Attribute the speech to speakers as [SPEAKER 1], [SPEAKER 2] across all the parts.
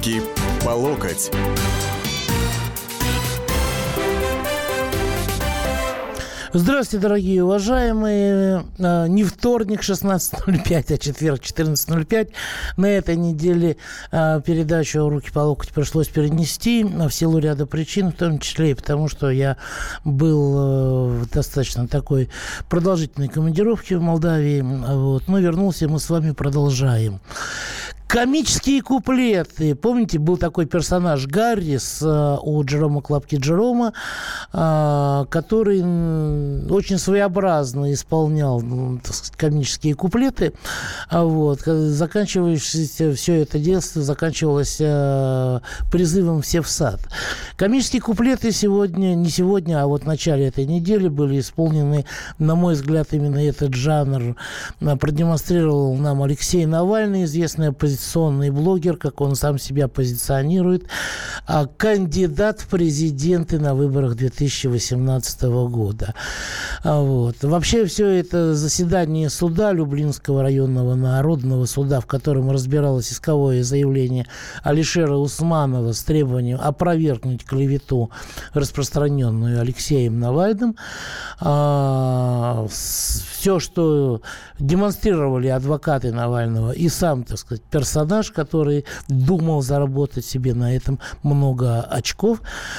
[SPEAKER 1] Руки по локоть.
[SPEAKER 2] Здравствуйте, дорогие уважаемые. Не вторник 16.05, а четверг 14.05. На этой неделе передачу «Руки по локоть» пришлось перенести в силу ряда причин, в том числе и потому, что я был в достаточно такой продолжительной командировке в Молдавии. Вот. Но вернулся, и мы с вами продолжаем. Комические куплеты. Помните, был такой персонаж Гаррис у Джерома Клапки Джерома, который очень своеобразно исполнял, так сказать, комические куплеты. Вот. Заканчивающееся все это действие заканчивалось призывом «Все в сад». Комические куплеты сегодня, не сегодня, а вот в начале этой недели были исполнены, на мой взгляд, именно этот жанр продемонстрировал нам Алексей Навальный, известный оппозиционный блогер, как он сам себя позиционирует, кандидат в президенты на выборах 2018 года. Вот. Вообще все это заседание суда, Люблинского районного народного суда, в котором разбиралось исковое заявление Алишера Усманова с требованием опровергнуть клевету, распространенную Алексеем Навальным, все, что демонстрировали адвокаты Навального и сам, так сказать, персонаж, который думал заработать себе на этом много очков,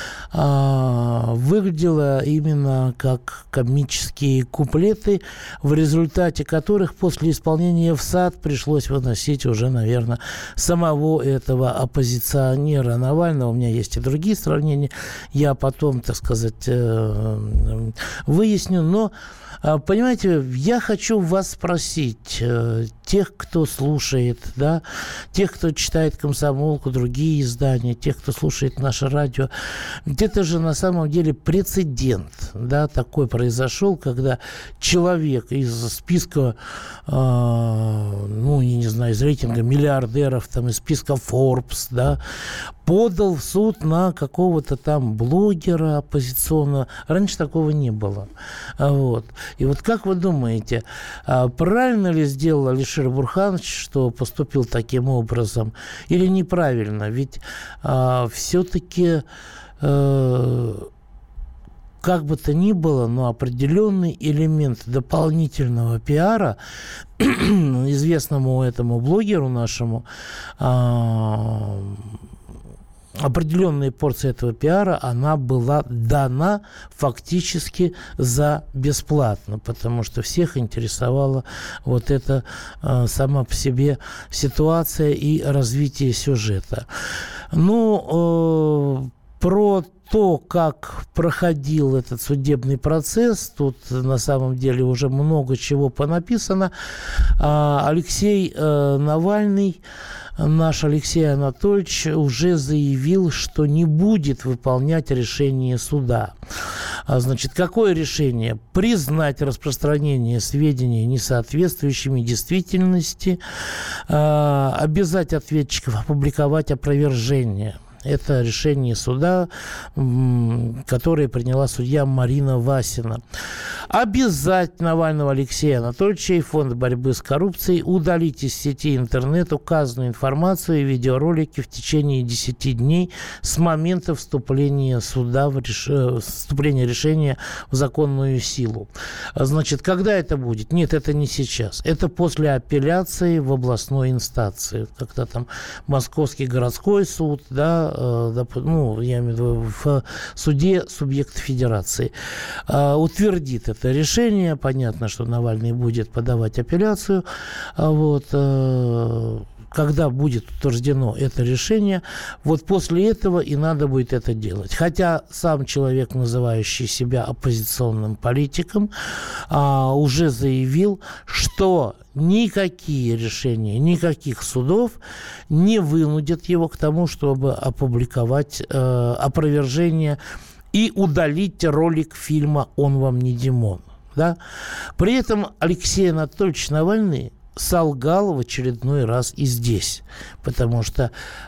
[SPEAKER 2] выглядело именно как комические куплеты, в результате которых после исполнения в сад пришлось выносить уже, наверное, самого этого оппозиционера Навального. У меня есть и другие сравнения, я потом, так сказать, выясню, но понимаете, я хочу вас спросить, тех, кто слушает, да, тех, кто читает «Комсомолку», другие издания, тех, кто слушает наше радио, где-то же на самом деле прецедент, да, такой произошел, когда человек из списка, ну, я не знаю, из рейтинга миллиардеров, там, из списка Forbes, да, подал в суд на какого-то там блогера оппозиционного. Раньше такого не было. Вот. И вот как вы думаете, правильно ли сделал Алишер Бурханович, что поступил таким образом, или неправильно? Ведь все-таки, как бы то ни было, но определенный элемент дополнительного пиара известному этому блогеру нашему, определенная порция этого пиара, она была дана фактически за бесплатно, потому что всех интересовала вот эта сама по себе ситуация и развитие сюжета. Ну, про то, как проходил этот судебный процесс, тут на самом деле уже много чего понаписано. Алексей Навальный, наш Алексей Анатольевич, уже заявил, что не будет выполнять решение суда. Значит, какое решение? Признать распространение сведений, не соответствующими действительности, обязать ответчиков опубликовать опровержение. Это решение суда, которое приняла судья Марина Васина. Обязать Навального Алексея Анатольевича и Фонд борьбы с коррупцией удалить из сети интернет указанную информацию и видеоролики в течение 10 дней с момента вступления суда вступления решения в законную силу. Значит, когда это будет? Нет, это не сейчас. Это после апелляции в областной инстанции. Когда там Московский городской суд, да, ну, я имею в виду в суде субъекта федерации, утвердит это решение. Понятно, что Навальный будет подавать апелляцию. Вот, когда будет утверждено это решение, вот после этого и надо будет это делать. Хотя сам человек, называющий себя оппозиционным политиком, уже заявил, что никакие решения, никаких судов не вынудят его к тому, чтобы опубликовать опровержение и удалить ролик фильма «Он вам не Димон». Да? При этом Алексей Анатольевич Навальный солгал в очередной раз и здесь, потому что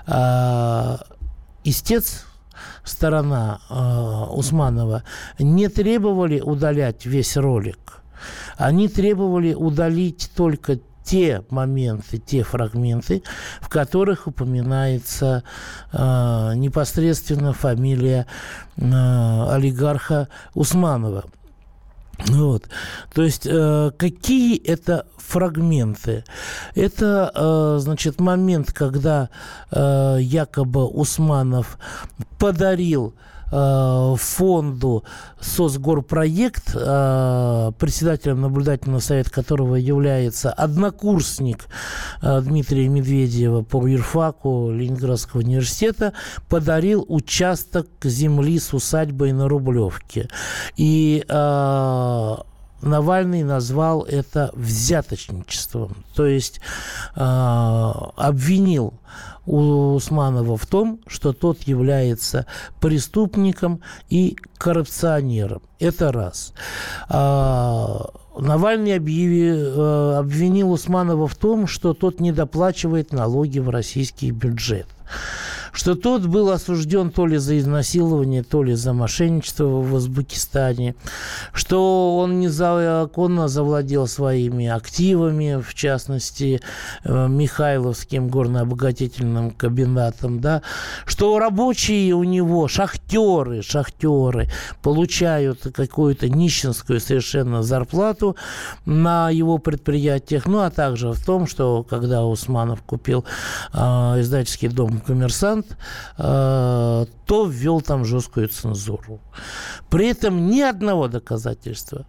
[SPEAKER 2] истец, сторона Усманова, не требовали удалять весь ролик. Они требовали удалить только те моменты, те фрагменты, в которых упоминается непосредственно фамилия олигарха Усманова. Вот. То есть, какие это фрагменты? Это, значит, момент, когда якобы Усманов подарил фонду «Сосгорпроект», председателем наблюдательного совета которого является однокурсник Дмитрия Медведева по юрфаку Ленинградского университета, подарил участок земли с усадьбой на Рублевке. И Навальный назвал это взяточничеством, то есть обвинил Усманова в том, что тот является преступником и коррупционером. Это раз. Навальный обвинил Усманова в том, что тот не доплачивает налоги в российский бюджет. Что тот был осужден то ли за изнасилование, то ли за мошенничество в Узбекистане, что он незаконно завладел своими активами, в частности, Михайловским горнообогатительным комбинатом, да, что рабочие у него, шахтеры получают какую-то нищенскую совершенно зарплату на его предприятиях, ну, а также в том, что когда Усманов купил издательский дом «Коммерсант», то ввел там жесткую цензуру. При этом ни одного доказательства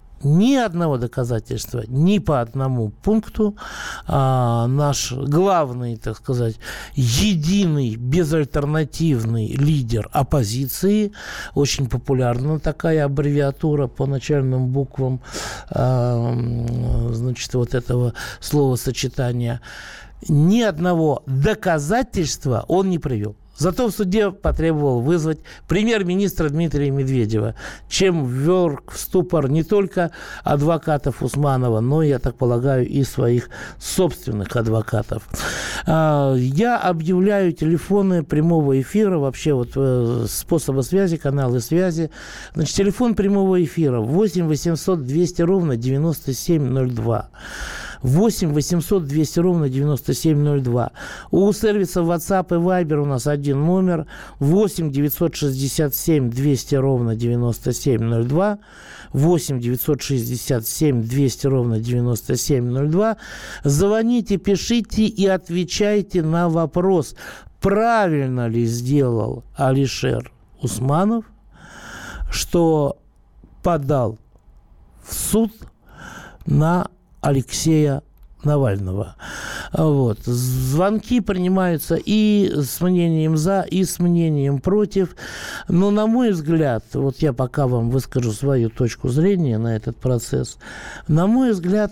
[SPEAKER 2] ни по одному пункту наш главный, так сказать, единый, безальтернативный лидер оппозиции, очень популярна такая аббревиатура по начальным буквам, значит, вот этого словосочетания, ни одного доказательства он не привел. Зато в суде потребовал вызвать премьер-министра Дмитрия Медведева, чем ввел в ступор не только адвокатов Усманова, но, я так полагаю, и своих собственных адвокатов. Я объявляю телефоны прямого эфира, вообще вот способы связи, каналы связи. Значит, телефон прямого эфира 8 800 200 ровно 9702. 8 800 200 ровно 9702. У сервиса WhatsApp и Viber у нас один номер 8 967 200 ровно 9702. 8 967 200 ровно 9702. Звоните, пишите и отвечайте на вопрос, правильно ли сделал Алишер Усманов, что подал в суд на Алексея Навального. Вот. Звонки принимаются и с мнением «за», и с мнением «против». Но, на мой взгляд, вот я пока вам выскажу свою точку зрения на этот процесс, на мой взгляд,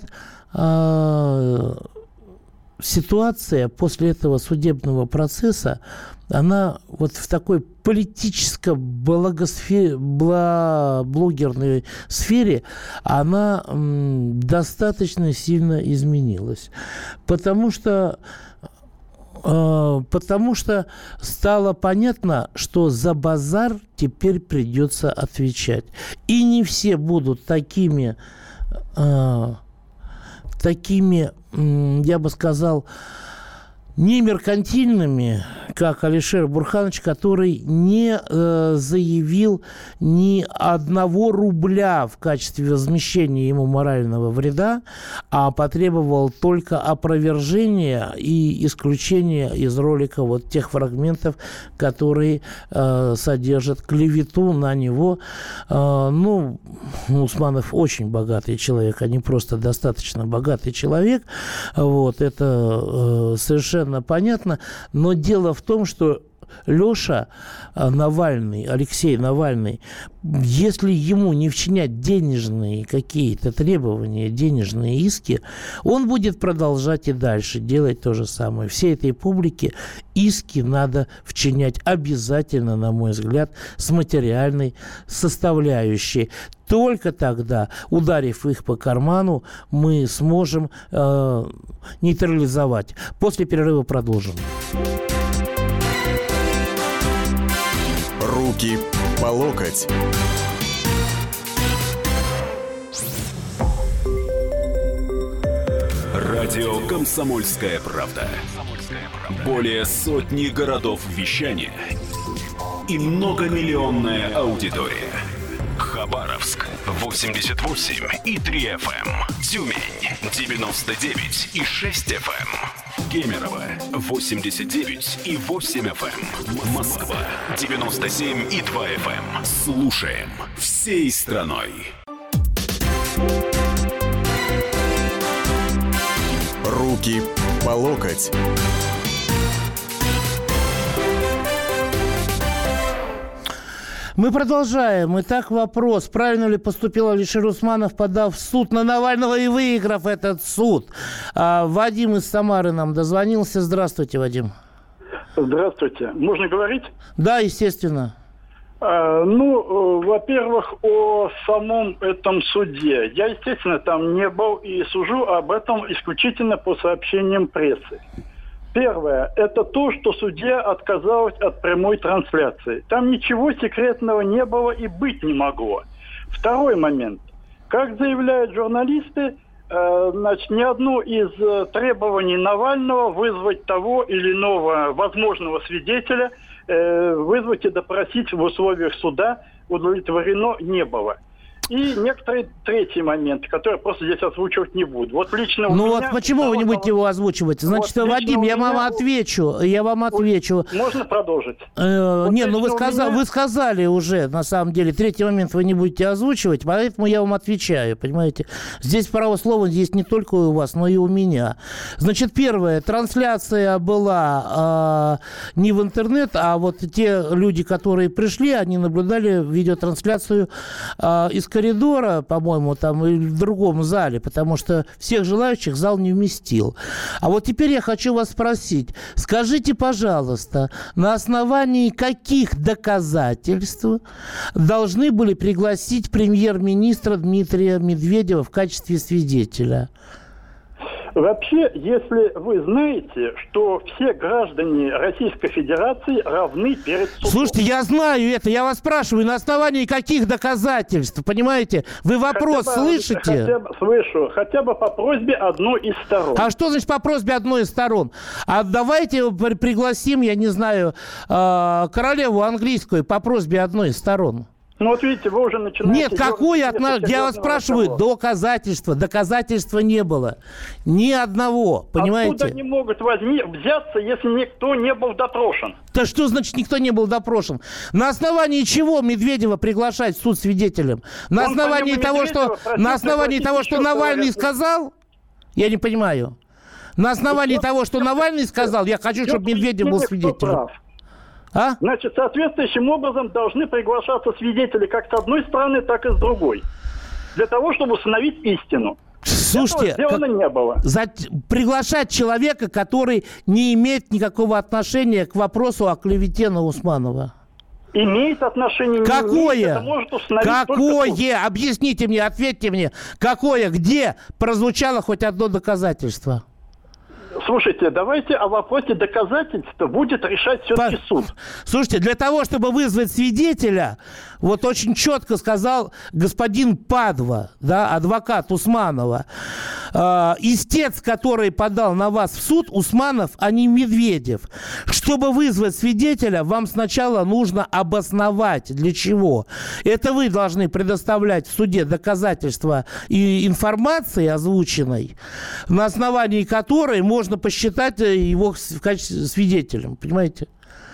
[SPEAKER 2] ситуация после этого судебного процесса, она вот в такой политическо-блогерной сфере, она достаточно сильно изменилась. Потому что стало понятно, что за базар теперь придется отвечать. И не все будут такими, я бы сказал, не меркантильными, как Алишер Бурханович, который не заявил ни одного рубля в качестве возмещения ему морального вреда, а потребовал только опровержения и исключения из ролика вот тех фрагментов, которые содержат клевету на него. Ну, Усманов очень богатый человек, а не просто достаточно богатый человек. Вот, это совершенно понятно, но дело в том, что Леша Навальный, Алексей Навальный, если ему не вчинять денежные какие-то требования, денежные иски, он будет продолжать и дальше делать то же самое. Всей этой публике иски надо вчинять обязательно, на мой взгляд, с материальной составляющей. Только тогда, ударив их по карману, мы сможем нейтрализовать. После перерыва продолжим.
[SPEAKER 1] Руки по локоть.
[SPEAKER 3] Радио «Комсомольская правда». Более сотни городов вещания и многомиллионная аудитория. Хабаровск 88,3 FM, Тюмень 99,6 FM, Кемерово 89,8 FM, Москва 97,2 FM. Слушаем всей страной.
[SPEAKER 1] Руки по локоть.
[SPEAKER 2] Мы продолжаем. Итак, вопрос. Правильно ли поступил Алишер Усманов, подав в суд на Навального и выиграв этот суд? Вадим из Самары нам дозвонился. Здравствуйте, Вадим.
[SPEAKER 4] Здравствуйте. Можно говорить?
[SPEAKER 2] Да, естественно.
[SPEAKER 4] Во-первых, о самом этом суде. Я, естественно, там не был и сужу об этом исключительно по сообщениям прессы. Первое, это то, что судья отказалась от прямой трансляции. Там ничего секретного не было и быть не могло. Второй момент. Как заявляют журналисты, ни одно из требований Навального вызвать того или иного возможного свидетеля, вызвать и допросить в условиях суда удовлетворено не было. И некоторый третий момент, который просто здесь озвучивать не буду. Вот лично у меня...
[SPEAKER 2] Вот почему вы не будете его озвучивать? Значит, вот Вадим, я вам отвечу.
[SPEAKER 4] Можно продолжить?
[SPEAKER 2] Вы сказали уже, на самом деле, третий момент вы не будете озвучивать, поэтому я вам отвечаю, понимаете? Здесь право слова есть не только у вас, но и у меня. Значит, первое, трансляция была не в интернет, а вот те люди, которые пришли, они наблюдали видеотрансляцию из коридора, по-моему, там и в другом зале, потому что всех желающих зал не вместил. А вот теперь я хочу вас спросить, скажите, пожалуйста, на основании каких доказательств должны были пригласить премьер-министра Дмитрия Медведева в качестве свидетеля?
[SPEAKER 4] Вообще, если вы знаете, что все граждане Российской Федерации равны перед судом.
[SPEAKER 2] Слушайте, я знаю это, я вас спрашиваю, на основании каких доказательств, понимаете? Вы вопрос слышите?
[SPEAKER 4] Слышу, хотя бы по просьбе одной из сторон.
[SPEAKER 2] А что значит по просьбе одной из сторон? А давайте пригласим, я не знаю, королеву английскую по просьбе одной из сторон.
[SPEAKER 4] Ну вот видите, вы уже начинаете...
[SPEAKER 2] Нет, какое я вас спрашиваю, доказательства не было. Ни одного, понимаете?
[SPEAKER 4] Откуда они могут взяться, если никто не был допрошен?
[SPEAKER 2] Да что значит никто не был допрошен? На основании чего Медведева приглашать в суд свидетелем? На основании того, что Навальный сказал? Я не понимаю. На основании того, что Навальный сказал, я хочу, чтобы Медведев был свидетелем. А?
[SPEAKER 4] Значит, соответствующим образом должны приглашаться свидетели как с одной стороны, так и с другой. Для того, чтобы установить истину.
[SPEAKER 2] Слушайте,
[SPEAKER 4] этого сделано не было.
[SPEAKER 2] Приглашать человека, который не имеет никакого отношения к вопросу о клевете на Усманова.
[SPEAKER 4] Имеет отношение,
[SPEAKER 2] какое?
[SPEAKER 4] Не имеет, это может установить
[SPEAKER 2] какое? Объясните мне, ответьте мне. Какое? Где прозвучало хоть одно доказательство?
[SPEAKER 4] Слушайте, давайте о вопросе доказательства будет решать все-таки суд.
[SPEAKER 2] Слушайте, для того, чтобы вызвать свидетеля, вот очень четко сказал господин Падва, да, адвокат Усманова, истец, который подал на вас в суд, Усманов, а не Медведев. Чтобы вызвать свидетеля, вам сначала нужно обосновать, для чего. Это вы должны предоставлять в суде доказательства и информации озвученной, на основании которой можно посчитать его в качестве свидетелем, понимаете?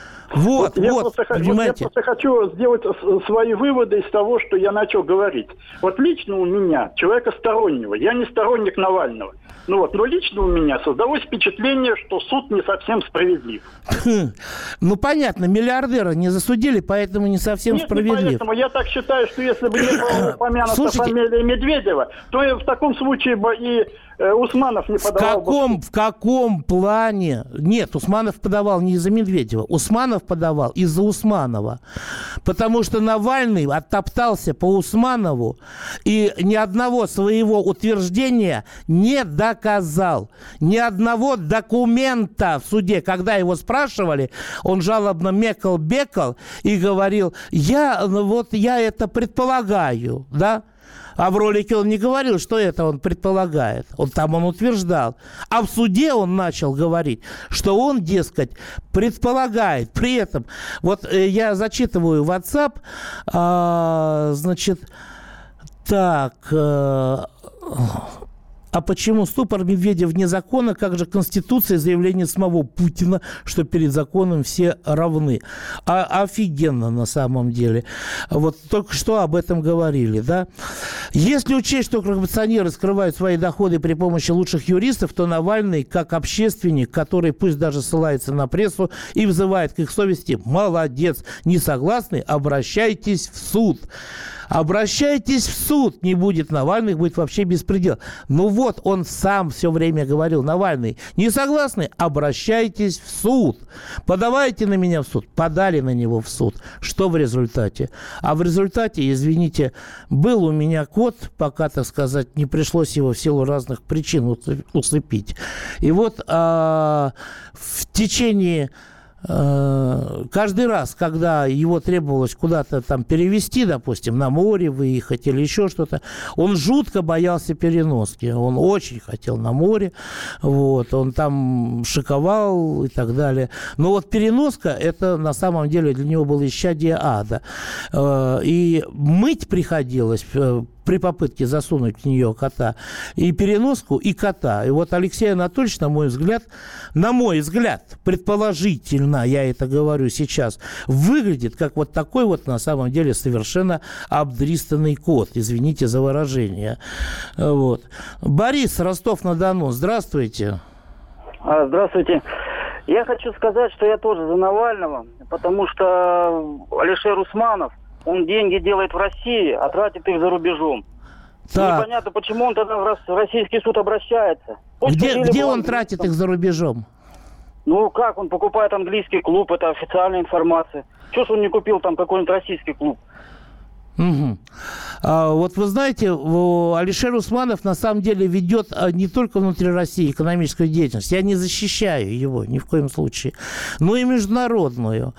[SPEAKER 4] Я просто хочу сделать свои выводы из того, что я начал говорить. Вот лично у меня, человека стороннего, я не сторонник Навального, но лично у меня создалось впечатление, что суд не совсем справедлив.
[SPEAKER 2] Ну, понятно, миллиардера не засудили, поэтому не совсем справедлив.
[SPEAKER 4] Поэтому я так считаю, что если бы не была упомянута фамилия Медведева, то в таком случае бы и Усманов не подавал
[SPEAKER 2] в каком плане? Нет, Усманов подавал не из-за Медведева. Усманов подавал из-за Усманова. Потому что Навальный оттоптался по Усманову и ни одного своего утверждения не доказал. Ни одного документа в суде. Когда его спрашивали, он жалобно мекал-бекал и говорил, я это предполагаю, да? А в ролике он не говорил, что это он предполагает. Он утверждал. А в суде он начал говорить, что он, дескать, предполагает. При этом, вот я зачитываю WhatsApp, значит, так... А почему ступор Медведев вне закона? Как же Конституция и заявление самого Путина, что перед законом все равны? Офигенно на самом деле. Вот только что об этом говорили, да? Если учесть, что коррупционеры скрывают свои доходы при помощи лучших юристов, то Навальный, как общественник, который пусть даже ссылается на прессу и взывает к их совести, молодец. Не согласны? Обращайтесь в суд. Обращайтесь в суд, не будет Навальных, будет вообще беспредел. Ну вот, он сам все время говорил, Навальный, не согласны? Обращайтесь в суд. Подавайте на меня в суд. Подали на него в суд. Что в результате? А в результате, извините, был у меня кот, пока, так сказать, не пришлось его в силу разных причин усыпить. И вот в течение... Каждый раз, когда его требовалось куда-то там перевезти, допустим, на море выехать или еще что-то, он жутко боялся переноски. Он очень хотел на море, вот, он там шиковал и так далее. Но вот переноска, это на самом деле для него было исчадие ада. И мыть приходилось при попытке засунуть в нее кота, и переноску, и кота. И вот Алексей Анатольевич, на мой взгляд, предположительно, я это говорю сейчас, выглядит как вот такой вот, на самом деле, совершенно обдристанный кот. Извините за выражение. Вот. Борис, Ростов-на-Дону, здравствуйте.
[SPEAKER 5] Здравствуйте. Я хочу сказать, что я тоже за Навального, потому что Алишер Усманов, он деньги делает в России, а тратит их за рубежом. Непонятно, почему он тогда в российский суд обращается.
[SPEAKER 2] Где он тратит их за рубежом?
[SPEAKER 5] Ну как, он покупает английский клуб, это официальная информация. Чего ж он не купил там какой-нибудь российский клуб?
[SPEAKER 2] Угу. Вот вы знаете, Алишер Усманов на самом деле ведет не только внутри России экономическую деятельность. Я не защищаю его ни в коем случае, но и международную.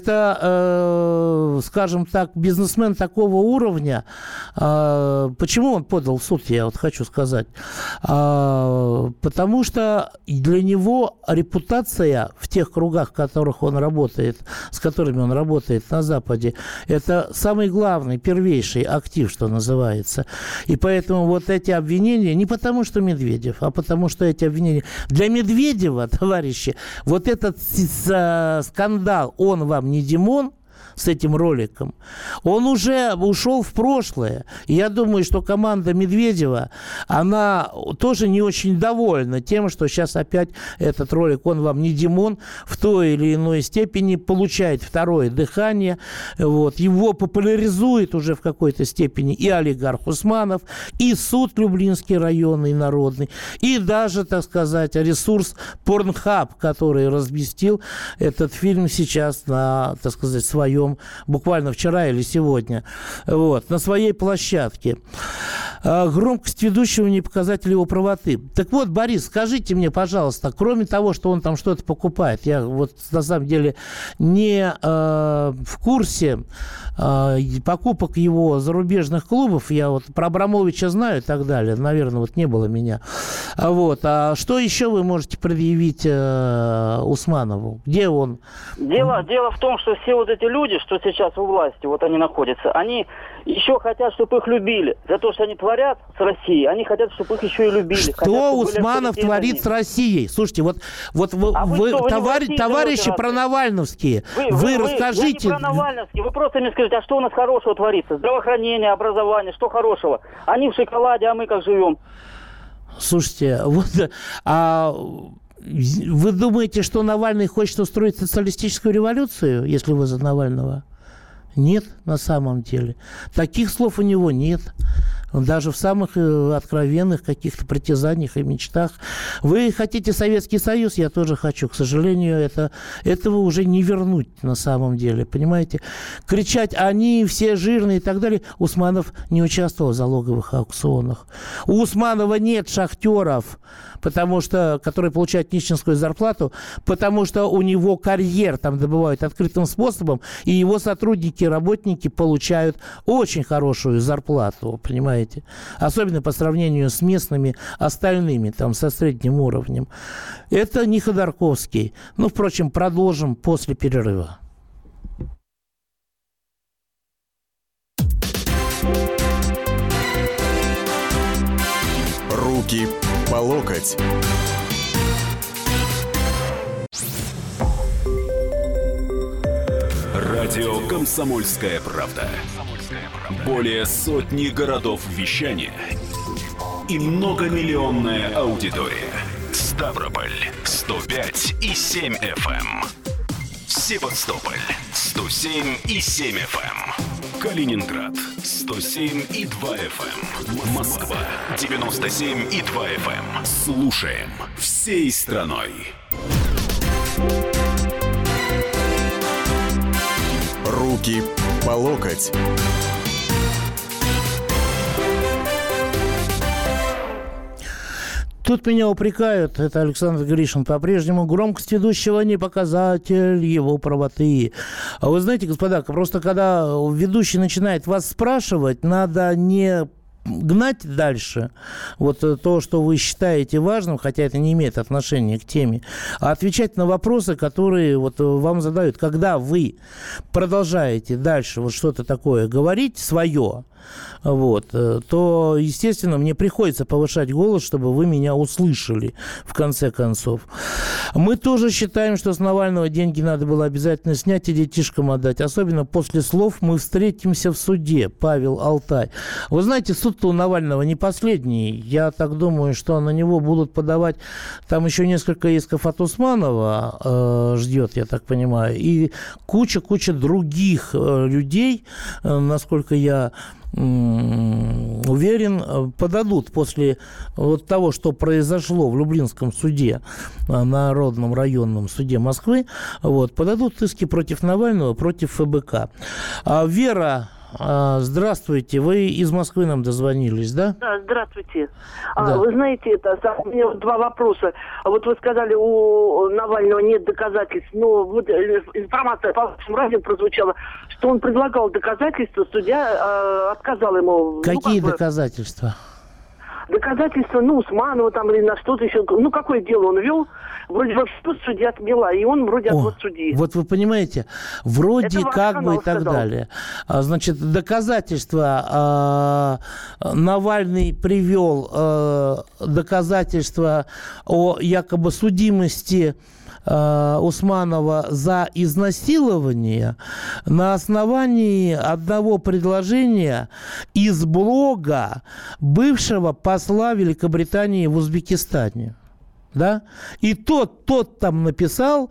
[SPEAKER 2] Это, скажем так, бизнесмен такого уровня. Почему он подал в суд, я вот хочу сказать. Потому что для него репутация в тех кругах, в которых он работает, с которыми он работает на Западе, это самый главный, первейший актив, что называется. И поэтому вот эти обвинения, не потому что Медведев, а потому что эти обвинения... Для Медведева, товарищи, вот этот скандал «Он вам не Димон», с этим роликом, он уже ушел в прошлое. И я думаю, что команда Медведева, она тоже не очень довольна тем, что сейчас опять этот ролик «Он вам не Димон» в той или иной степени получает второе дыхание. Вот. Его популяризует уже в какой-то степени и олигарх Усманов, и суд Люблинский районный, народный, и даже, так сказать, ресурс Pornhub, который разместил этот фильм сейчас на, так сказать, своем, буквально вчера или сегодня, вот, на своей площадке. Громкость ведущего не показатель его правоты. Так вот, Борис, скажите мне, пожалуйста, кроме того, что он там что-то покупает, я вот на самом деле не в курсе покупок его зарубежных клубов, я вот про Абрамовича знаю и так далее, наверное, вот не было меня. Вот. А что еще вы можете предъявить Усманову? Где он?
[SPEAKER 5] Дело в том, что все вот эти люди, что сейчас у власти, вот они находятся, они еще хотят, чтобы их любили. За то, что они творят с Россией, они хотят, чтобы их еще и любили.
[SPEAKER 2] Что Усманов творит с Россией? Слушайте, вот вы товарищи пронавальновские, вы расскажите...
[SPEAKER 5] Я не пронавальновские, вы просто мне скажите, а что у нас хорошего творится? Здравоохранение, образование, что хорошего? Они в шоколаде, а мы как живем?
[SPEAKER 2] Слушайте, вот... Вы думаете, что Навальный хочет устроить социалистическую революцию, если вы за Навального? Нет, на самом деле. Таких слов у него нет. Даже в самых откровенных каких-то притязаниях и мечтах. Вы хотите Советский Союз, я тоже хочу. К сожалению, этого уже не вернуть на самом деле. Понимаете? Кричать «они все жирные» и так далее. Усманов не участвовал в залоговых аукционах. У Усманова нет шахтеров, которые получают нищенскую зарплату, потому что у него карьер там добывают открытым способом, и его сотрудники, работники получают очень хорошую зарплату, понимаете? понимаете? Особенно по сравнению с местными остальными, там, со средним уровнем. Это не Ходорковский. Ну, впрочем, продолжим после перерыва.
[SPEAKER 1] Руки по локоть.
[SPEAKER 3] Радио «Комсомольская правда». Более сотни городов вещания и многомиллионная аудитория. Ставрополь 105 и 7 FM. Севастополь 107 и 7 FM. Калининград 107 и 2 FM. Москва 97 и 2 FM. Слушаем всей страной.
[SPEAKER 1] Руки по локоть.
[SPEAKER 2] Тут меня упрекают, это Александр Гришин, по-прежнему громкость ведущего не показатель его правоты. А вы знаете, господа, просто когда ведущий начинает вас спрашивать, надо не гнать дальше вот то, что вы считаете важным, хотя это не имеет отношения к теме, а отвечать на вопросы, которые вот вам задают. Когда вы продолжаете дальше вот что-то такое говорить, свое, вот, то, естественно, мне приходится повышать голос, чтобы вы меня услышали, в конце концов. Мы тоже считаем, что с Навального деньги надо было обязательно снять и детишкам отдать. Особенно после слов «мы встретимся в суде», Павел Алтай. Вы знаете, суд-то у Навального не последний. Я так думаю, что на него будут подавать... Там еще несколько исков от Усманова ждет, я так понимаю. И куча других людей, насколько я уверен, подадут после вот того, что произошло в Люблинском суде, Народном районном суде Москвы, вот, подадут иски против Навального, против ФБК. Вера, здравствуйте, вы из Москвы нам дозвонились, да?
[SPEAKER 6] Да, здравствуйте.
[SPEAKER 2] Да.
[SPEAKER 6] Вы знаете, у меня два вопроса. Вот вы сказали, у Навального нет доказательств, но вот информация по вашему радио прозвучала, что он предлагал доказательства, судья отказал ему.
[SPEAKER 2] Какие доказательства?
[SPEAKER 6] Доказательства, Усманова там или на что-то еще. Какое дело он вел? Вроде бы что судья отмела, и он вроде отвод судьи.
[SPEAKER 2] Вот вы понимаете, вроде
[SPEAKER 6] это
[SPEAKER 2] как бы и так
[SPEAKER 6] сказал.
[SPEAKER 2] далее. Значит, доказательства Навальный привел, доказательства о якобы судимости Усманова за изнасилование на основании одного предложения из блога бывшего посла Великобритании в Узбекистане. Да? И тот там написал,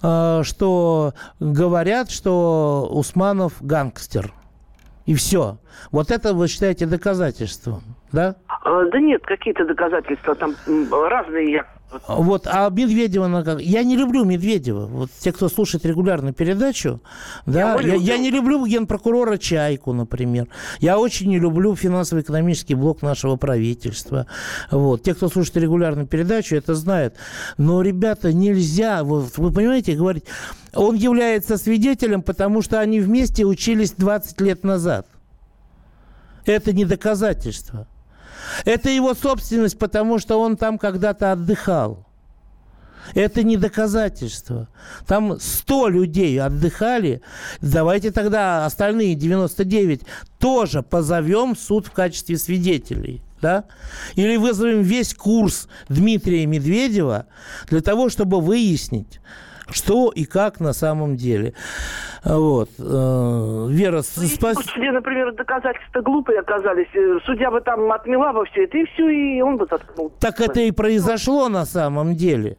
[SPEAKER 2] что говорят, что Усманов гангстер. И все. Вот это вы считаете доказательством, да?
[SPEAKER 6] Да нет, какие-то доказательства там разные.
[SPEAKER 2] Вот, а Медведева, я не люблю Медведева. Вот те, кто слушает регулярно передачу, да, я не люблю генпрокурора Чайку, например. Я очень не люблю финансово-экономический блок нашего правительства. Вот. Те, кто слушает регулярно передачу, это знают. Но, ребята, нельзя, вы понимаете, говорить, он является свидетелем, потому что они вместе учились 20 лет назад. Это не доказательство. Это его собственность, потому что он там когда-то отдыхал. Это не доказательство. Там 100 людей отдыхали. Давайте тогда остальные 99 тоже позовем в суд в качестве свидетелей. Да? Или вызовем весь курс Дмитрия Медведева для того, чтобы выяснить, что и как на самом деле. Вот. Вера,
[SPEAKER 6] Если, например, доказательства глупые оказались, судья бы там отмела бы все это, и все, и он бы заткнул.
[SPEAKER 2] Так это и произошло на самом деле.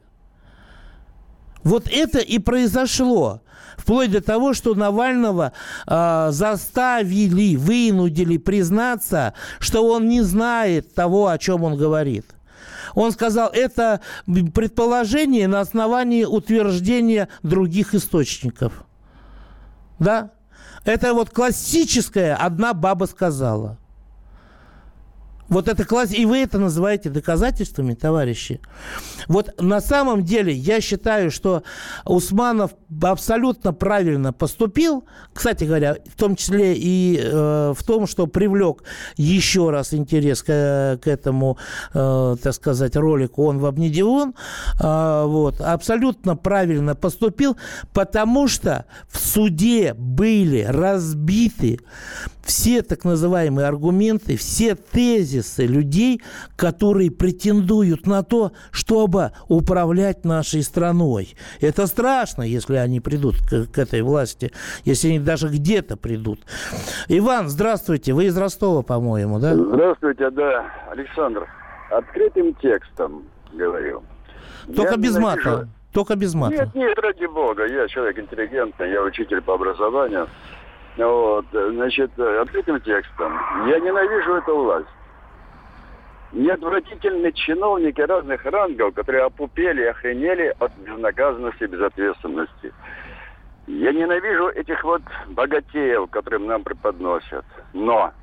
[SPEAKER 2] Вот это и произошло. Вплоть до того, что Навального заставили, вынудили признаться, что он не знает того, о чем он говорит. Он сказал, это предположение на основании утверждения других источников. Да? Это вот классическое «одна баба сказала». Вот это класс, и вы это называете доказательствами, товарищи. Вот на самом деле я считаю, что Усманов абсолютно правильно поступил, кстати говоря, в том числе и в том, что привлек еще раз интерес к этому, так сказать, ролику «Он вам не Дион». Вот, абсолютно правильно поступил, потому что в суде были разбиты все так называемые аргументы, все тезисы людей, которые претендуют на то, чтобы управлять нашей страной. Это страшно, если они придут к этой власти, если они даже где-то придут. Иван, здравствуйте, вы из Ростова, по-моему, да?
[SPEAKER 7] Здравствуйте, да, Александр. Открытым текстом говорю.
[SPEAKER 2] Только без мата. Только без мата.
[SPEAKER 7] Нет, ради бога, я человек интеллигентный, я учитель по образованию. Вот, значит, открытым текстом. Я ненавижу эту власть. Неотвратительные чиновники разных рангов, которые опупели и охренели от безнаказанности и безответственности. Я ненавижу этих вот богатеев, которым нам преподносят. Но,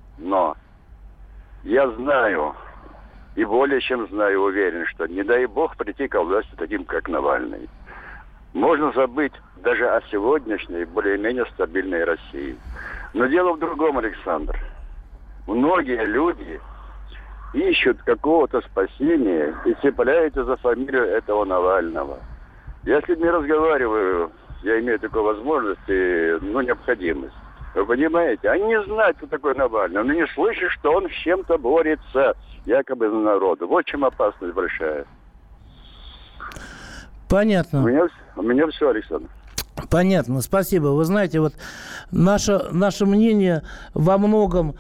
[SPEAKER 7] я знаю, и более чем знаю, уверен, что не дай бог прийти к власти таким, как Навальный. Можно забыть даже о сегодняшней, более-менее стабильной России. Но дело в другом, Александр. Многие люди ищут какого-то спасения и цепляются за фамилию этого Навального. Я с людьми разговариваю, я имею такую возможность и необходимость. Вы понимаете? Они не знают, кто такой Навальный. Но не слышат, что он с чем-то борется, якобы за народу. Вот чем опасность большая.
[SPEAKER 2] Понятно.
[SPEAKER 7] У меня все, Александр.
[SPEAKER 2] Понятно, спасибо. Вы знаете, вот наше мнение во многом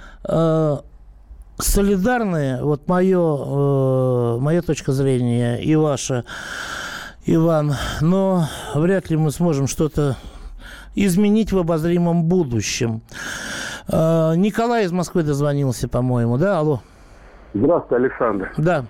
[SPEAKER 2] солидарное. Вот моя точка зрения и ваша, Иван. Но вряд ли мы сможем что-то изменить в обозримом будущем. Николай из Москвы дозвонился, по-моему, да? Алло.
[SPEAKER 8] Здравствуйте, Александр.
[SPEAKER 2] Да.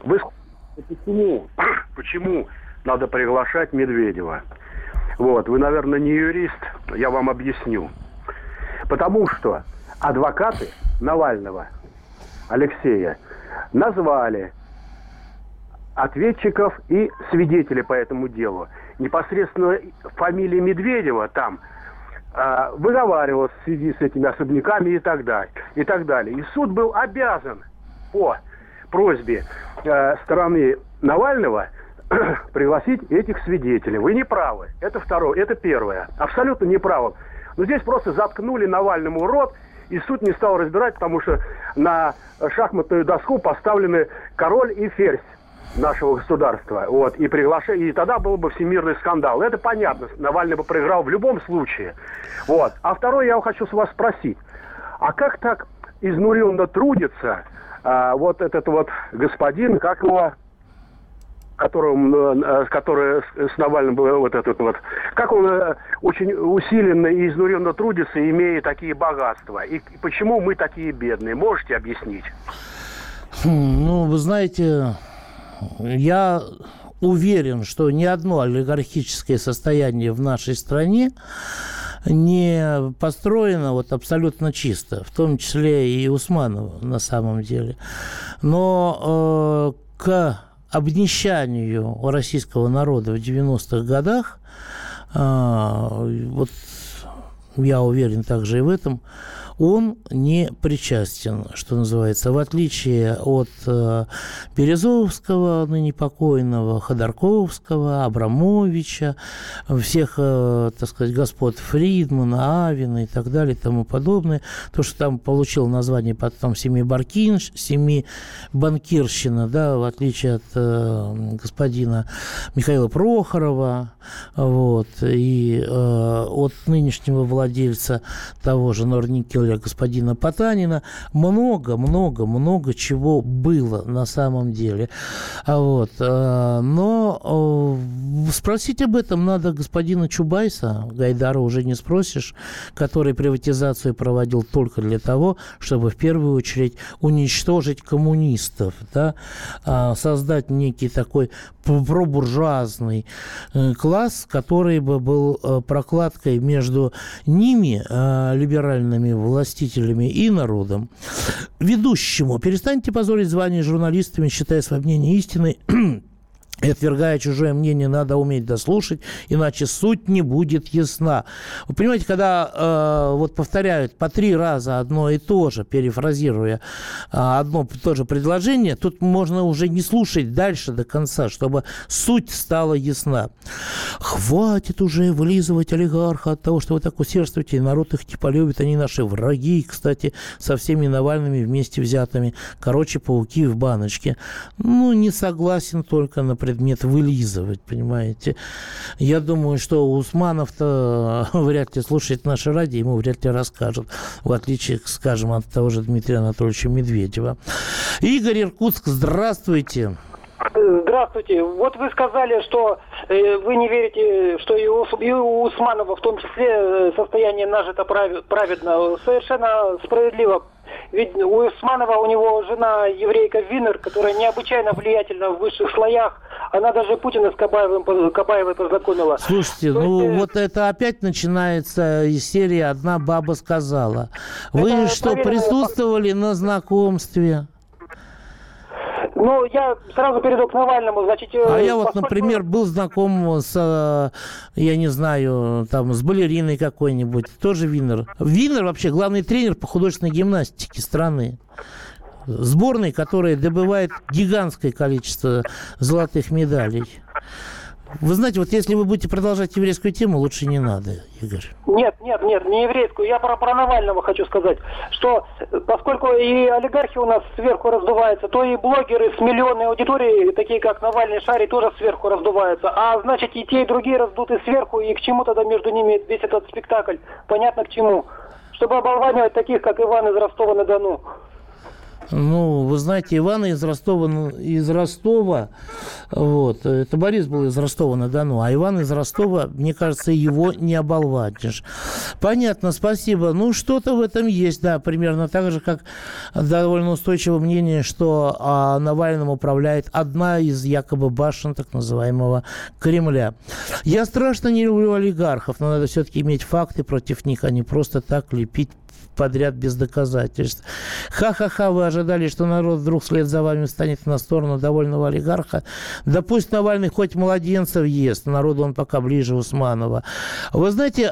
[SPEAKER 8] Почему надо приглашать Медведева? Вот, вы, наверное, не юрист, я вам объясню. Потому что адвокаты Навального, Алексея, назвали ответчиков и свидетелей по этому делу. Непосредственно фамилия Медведева там выговаривалась в связи с этими особняками и так далее. И суд был обязан по просьбе стороны Навального пригласить этих свидетелей. Вы не правы. Это второе. Это первое. Абсолютно не правы. Но здесь просто заткнули Навальному рот, и суд не стал разбирать, потому что на шахматную доску поставлены король и ферзь нашего государства. Вот, и тогда был бы всемирный скандал. Это понятно. Навальный бы проиграл в любом случае. Вот. А второе, я хочу с вас спросить. А как так изнуренно трудится вот этот вот господин, как его... который с Навальным был вот этот вот, как он очень усиленно и изнуренно трудится, имея такие богатства. И почему мы такие бедные? Можете объяснить?
[SPEAKER 2] Вы знаете, я уверен, что ни одно олигархическое состояние в нашей стране не построено вот абсолютно чисто, в том числе и Усманова на самом деле. Но к обнищанию российского народа в 90-х годах, вот я уверен также и в этом, он не причастен, что называется, в отличие от Березовского, ныне покойного, Ходорковского, Абрамовича, всех, так сказать, господ Фридмана, Авина и так далее и тому подобное. То, что там получил название потом семибанкирщина, да, в отличие от господина Михаила Прохорова, вот, и от нынешнего владельца того же Норникеля господина Потанина, много чего было на самом деле. Вот. Но Спросить об этом надо господина Чубайса, Гайдара уже не спросишь, который приватизацию проводил только для того, чтобы в первую очередь уничтожить коммунистов, да, создать некий такой пробуржуазный класс, который бы был прокладкой между ними, либеральными властителями, и народом. Ведущему: перестаньте позорить звание журналистами, считая свое мнение истиной, и отвергая чужое мнение, надо уметь дослушать, иначе суть не будет ясна. Вы понимаете, когда вот повторяют по 3 раза одно и то же, перефразируя одно и то же предложение, тут можно уже не слушать дальше до конца, чтобы суть стала ясна. Хватит уже вылизывать олигарха от того, что вы так усердствуете, и народ их типа любит, они наши враги, кстати, со всеми Навальными вместе взятыми. Короче, пауки в баночке. Ну, не согласен только на предмет вылизывать, понимаете. Я думаю, что Усманов-то вряд ли слушает наше радио, ему вряд ли расскажут, в отличие, скажем, от того же Дмитрия Анатольевича Медведева. Игорь, Иркутск, здравствуйте.
[SPEAKER 9] Здравствуйте. Вот вы сказали, что вы не верите, что и у Усманова в том числе состояние нажито праведно. Совершенно справедливо. Ведь у Усманова, у него жена еврейка Винер, которая необычайно влиятельна в высших слоях. Она даже Путина с Кабаевой познакомила.
[SPEAKER 2] Слушайте, вот это опять начинается из серии «Одна баба сказала». Вы это что, присутствовали на знакомстве?
[SPEAKER 9] Ну, я сразу перейду к Навальному, значит...
[SPEAKER 2] я вот, например, был знаком с, я не знаю, там, с балериной какой-нибудь, тоже Винер. Винер вообще главный тренер по художественной гимнастике страны. Сборной, которая добывает гигантское количество золотых медалей. Вы знаете, вот если вы будете продолжать еврейскую тему, лучше не надо, Игорь.
[SPEAKER 9] Нет, не еврейскую. Я про Навального хочу сказать, что поскольку и олигархи у нас сверху раздуваются, то и блогеры с миллионной аудиторией, такие как Навальный, Шарий, тоже сверху раздуваются. А значит, и те, и другие раздуты сверху, и к чему тогда между ними весь этот спектакль? Понятно, к чему. Чтобы оболванивать таких, как Иван из Ростова-на-Дону.
[SPEAKER 2] Ну, вы знаете, Иван из Ростова, вот, это Борис был из Ростова-на-Дону, а Иван из Ростова, мне кажется, его не оболванишь. Понятно, спасибо. Ну, что-то в этом есть, да, примерно так же, как довольно устойчивое мнение, что Навальным управляет одна из якобы башен так называемого Кремля. Я страшно не люблю олигархов, но надо все-таки иметь факты против них, а не просто так лепить подряд без доказательств. Ха-ха-ха, вы ожидали, что народ вдруг вслед за вами встанет на сторону довольного олигарха? Да пусть Навальный хоть младенцев ест, народу он пока ближе Усманова. Вы знаете,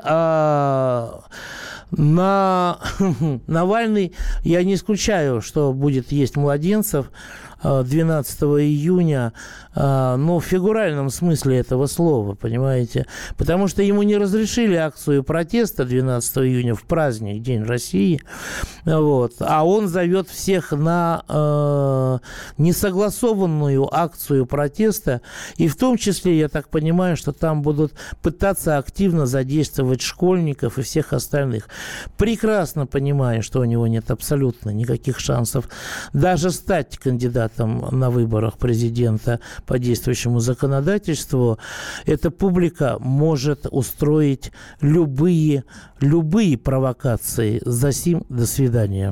[SPEAKER 2] Навальный, я не исключаю, что будет есть младенцев 12 июня, но в фигуральном смысле этого слова, понимаете? Потому что ему не разрешили акцию протеста 12 июня в праздник, День России, вот, а он зовет всех на несогласованную акцию протеста, и в том числе, я так понимаю, что там будут пытаться активно задействовать школьников и всех остальных. Прекрасно понимаю, что у него нет абсолютно никаких шансов даже стать кандидатом на выборах президента по действующему законодательству. Эта публика может устроить любые провокации. Засим, до свидания.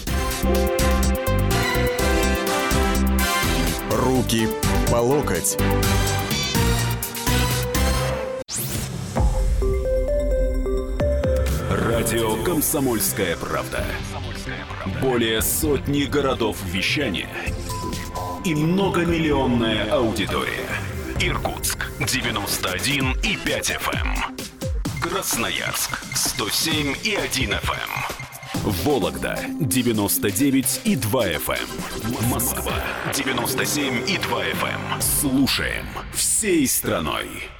[SPEAKER 1] Руки по локоть.
[SPEAKER 3] Радио «Комсомольская правда». Более сотни городов вещания и многомиллионная аудитория. Иркутск 91,5 FM. Красноярск 107,1 FM. Вологда 99,2 FM. Москва 97,2 FM. Слушаем всей страной.